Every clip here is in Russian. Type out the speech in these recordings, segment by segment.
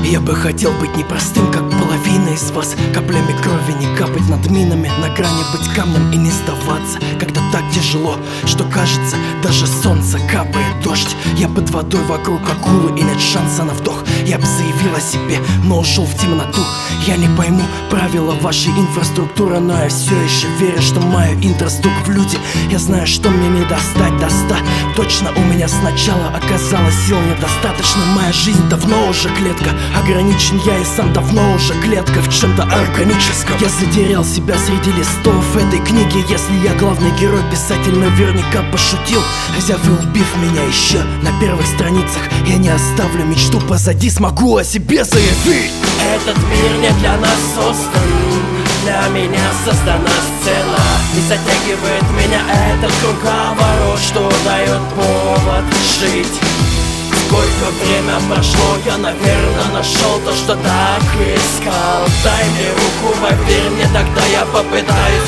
Я бы хотел быть непростым, как половина из вас. Каплями крови не капать над минами, на грани быть камнем и не сдаваться, когда так тяжело, что кажется, даже солнце капает дождь. Я под водой, вокруг акулы и нет шанса на вдох. Я бы заявил о себе, но ушел в темноту. Я не пойму правила вашей инфраструктуры, но я все еще верю, что мое интро стук в люди. Я знаю, что мне не достать до 100. Точно у меня сначала оказалось сил недостаточно. Моя жизнь давно уже клетка, ограничен я и сам давно уже клетка в чем-то органическом. Я затерял себя среди листов этой книги. Если я главный герой, писатель наверняка пошутил. Взяв и убив меня еще на первых страницах, я не оставлю мечту позади, смогу о себе заявить. Этот мир не для нас создан, для меня создана сцена. Не затягивает меня этот круговорот, что дает повод жить. Сколько время прошло, я, наверное, нашел то, что так искал. Дай мне руку, поверь мне, тогда я попытаюсь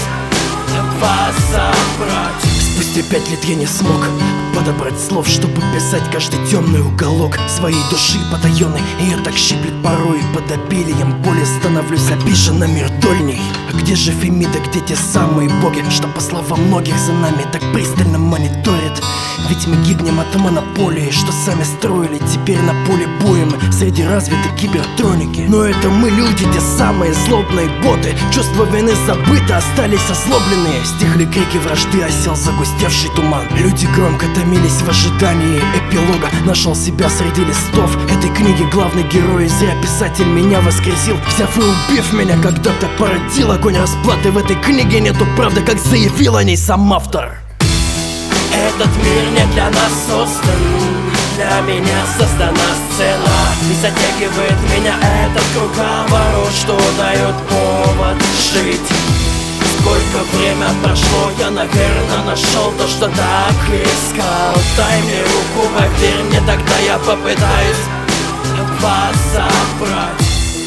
вас забрать. Спустя 5 лет я не смог подобрать слов, чтобы писать каждый темный уголок своей души потаенной. Ее так щиплет порой, под обилием боли становлюсь обижен на мир дольней. А где же Фемида, где те самые боги, что, по словам многих, за нами так пристально мониторят? Ведь мы гибнем от монополии, что сами строили. Теперь на поле боя мы среди развитой кибертроники. Но это мы люди, те самые злобные боты. Чувство вины забыто, остались озлобленные. Стихли крики вражды, осел загустевший туман. Люди громко томились в ожидании эпилога. Нашел себя среди листов этой книги главный герой. И зря писатель меня воскресил, взяв и убив меня, когда-то породил огонь расплаты. В этой книге нету правды, как заявил о ней сам автор. Этот мир не для нас создан, для меня создана сцена. Не затягивает меня этот круговорот, что дает повод жить. Сколько время прошло, я, наверное, нашел то, что так искал. Дай мне руку, поверь мне, тогда я попытаюсь вас забрать.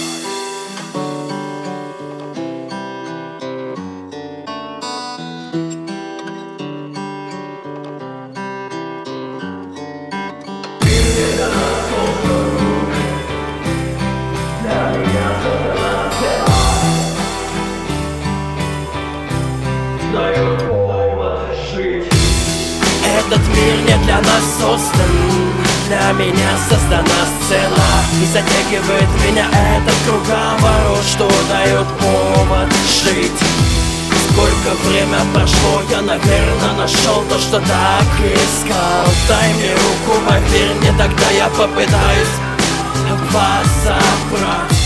Этот мир не для нас создан, для меня создана сцена. Не затягивает меня этот круговорот, что дает повод жить. Сколько время прошло, я, наверное, нашел то, что так искал. Дай мне руку, поверь мне, тогда я попытаюсь вас забрать.